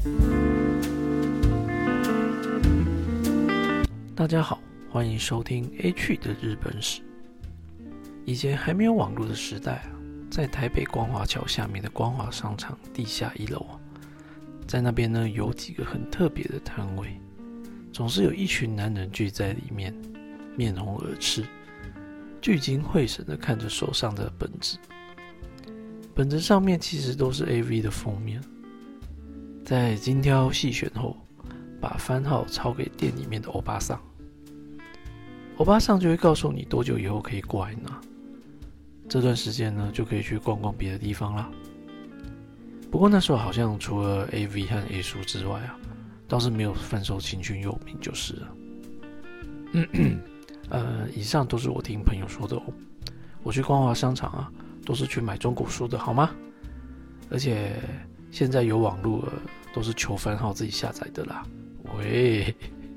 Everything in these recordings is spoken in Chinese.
大家好，欢迎收听 A 趣的日本史。以前还没有网络的时代啊，在台北光华桥下面的光华商场地下1楼啊，在那边呢有几个很特别的摊位，总是有一群男人聚在里面，面红耳赤，聚精会神地看着手上的本子。本子上面其实都是 AV 的封面，在精挑细选后，把番号抄给店里面的欧巴桑。欧巴桑就会告诉你多久以后可以过来拿，这段时间呢就可以去逛逛别的地方啦。不过那时候好像除了 AV 和 A 书之外啊，倒是没有贩售情趣用品就是了。以上都是我听朋友说的哦。我去光华商场啊，都是去买中古书的好吗？而且现在有网络了，都是求番号自己下载的啦。喂。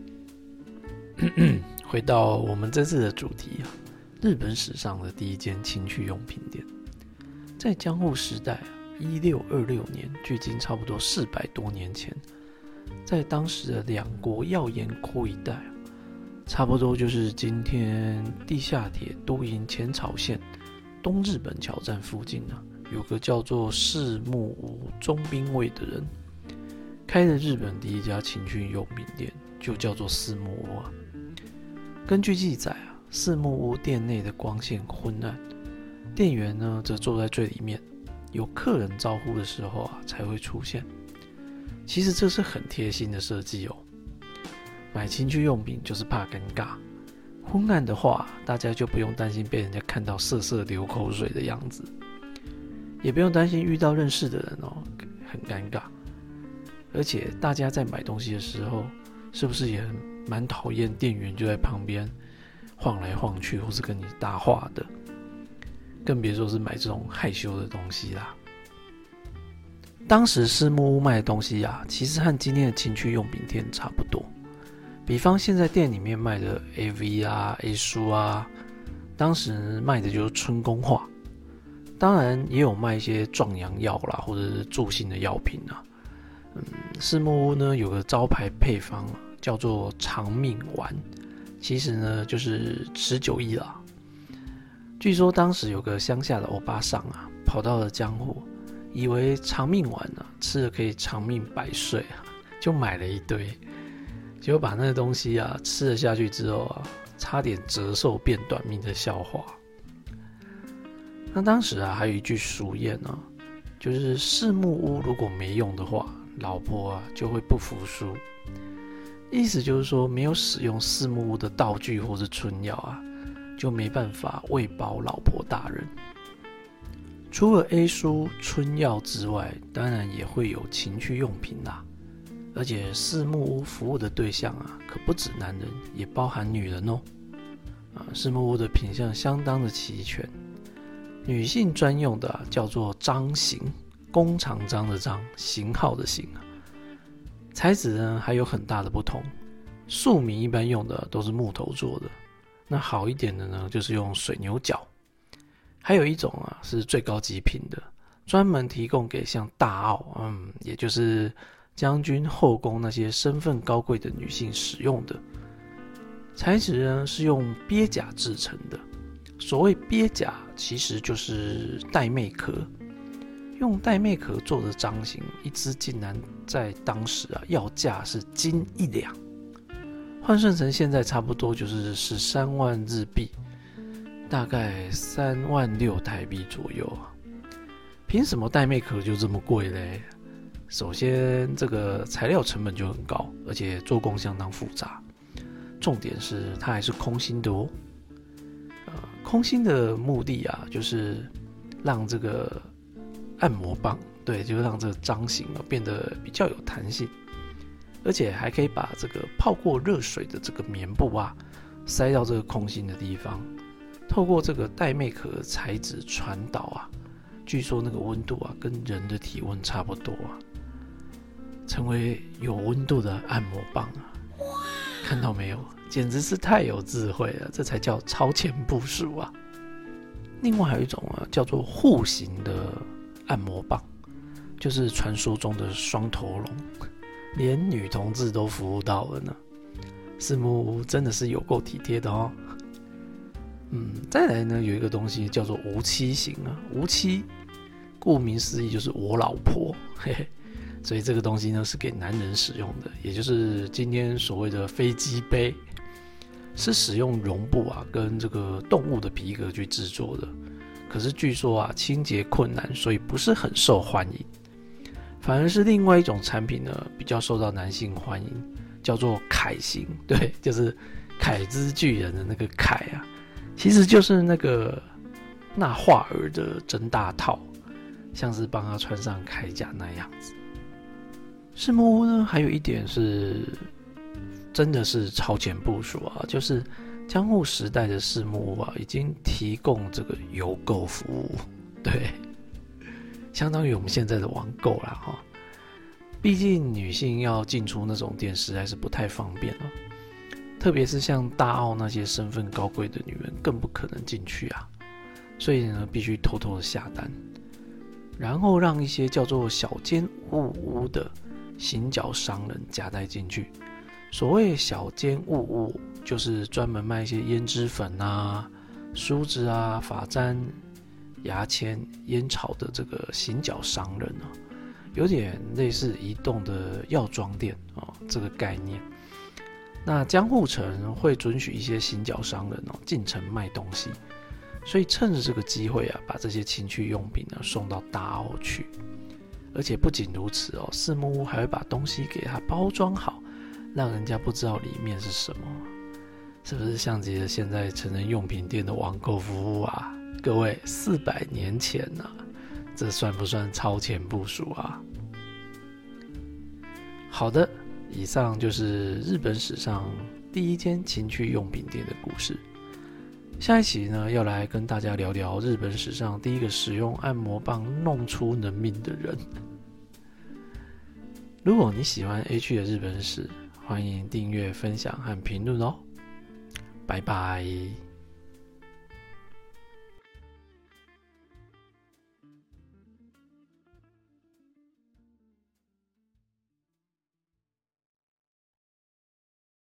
回到我们这次的主题啊，日本史上的第一间情趣用品店，在江户时代1626年，距今差不多400多年前，在当时的两国药盐库一带，差不多就是今天地下铁都营浅草线东日本桥站附近啊，有个叫做四木屋中兵卫的人，开了日本第一家情趣用品店，就叫做四木屋啊。根据记载啊，四木屋店内的光线昏暗，店员呢则坐在最里面，有客人招呼的时候啊才会出现。其实这是很贴心的设计哦。买情趣用品就是怕尴尬，昏暗的话，大家就不用担心被人家看到色色流口水的样子，也不用担心遇到认识的人哦，很尴尬。而且大家在买东西的时候，是不是也蛮讨厌店员就在旁边晃来晃去，或是跟你搭话的？更别说是买这种害羞的东西啦。当时四木屋卖的东西啊，其实和今天的情趣用品店差不多。比方现在店里面卖的 AV 啊、A 书啊，当时卖的就是春宫画。当然也有卖一些壮阳药啦，或者是助兴的药品啊。四木屋呢有个招牌配方叫做长命丸，其实呢就是持久益啦。据说当时有个乡下的欧巴桑啊，跑到了江户，以为长命丸啊吃了可以长命百岁啊，就买了一堆。结果把那个东西啊吃了下去之后啊，差点折寿变短命的笑话。那当时啊还有一句俗谚啊，就是四木屋如果没用的话，老婆啊就会不服输。意思就是说，没有使用四木屋的道具或是春药啊，就没办法喂饱老婆大人。除了 A 书、春药之外，当然也会有情趣用品啦。而且四木屋服务的对象啊，可不止男人，也包含女人哦。四木屋的品项相当的齐全，女性专用的叫做章型，弓长张的章，型号的型啊。材质呢还有很大的不同，庶民一般用的都是木头做的，那好一点的呢就是用水牛角。还有一种啊是最高级品的，专门提供给像大奥，也就是将军后宫那些身份高贵的女性使用的。材质呢是用鳖甲制成的，所谓鳖甲其实就是玳瑁壳。用玳瑁壳做的章型，一支竟然在当时啊要价是金1两，换算成现在差不多就是13万日币，大概3万6台币左右啊。凭什么玳瑁壳就这么贵嘞？首先这个材料成本就很高，而且做工相当复杂，重点是它还是空心的哦。空心的目的啊，就是让这个按摩棒，对，就让这个章型变得比较有弹性，而且还可以把这个泡过热水的这个棉布啊塞到这个空心的地方，透过这个玳瑁壳材质传导啊，据说那个温度啊跟人的体温差不多啊，成为有温度的按摩棒啊。看到没有，简直是太有智慧了，这才叫超前部署啊。另外还有一种叫做户型的按摩棒， 就是传说中的双头龙，连女同志都服务到了呢。四木屋真的是有够体贴的哦。再来呢，有一个东西叫做无妻型啊，无妻顾名思义就是我老婆，嘿嘿，所以这个东西呢是给男人使用的，也就是今天所谓的飞机杯，是使用绒布啊跟这个动物的皮革去制作的。可是据说啊清洁困难，所以不是很受欢迎。反而是另外一种产品呢比较受到男性欢迎，叫做铠型，对，就是铠之巨人的那个铠啊，其实就是那个那画儿的真大套，像是帮他穿上铠甲那样子。四木屋呢还有一点是真的是超前部署啊，就是江户时代的四木屋啊已经提供这个邮购服务，对，相当于我们现在的网购啦哈。毕竟女性要进出那种店实在是不太方便啊，特别是像大奥那些身份高贵的女人更不可能进去啊，所以呢必须偷偷的下单，然后让一些叫做小间物屋的行脚商人夹带进去。所谓小间物屋，就是专门卖一些胭脂粉啊、梳子啊、发簪、牙签、烟草的这个行脚商人啊，有点类似移动的药妆店啊，这个概念。那江户城会准许一些行脚商人进城卖东西，所以趁着这个机会啊，把这些情趣用品呢送到大奥去。而且不仅如此哦，四木屋还会把东西给它包装好，让人家不知道里面是什么。是不是像极了现在成人用品店的网购服务啊？各位，400年前啊，这算不算超前部署啊？好的，以上就是日本史上第一间情趣用品店的故事。下一期呢，要来跟大家聊聊日本史上第一个使用按摩棒弄出能命的人。如果你喜欢 H 的日本史，欢迎订阅、分享和评论哦。拜拜。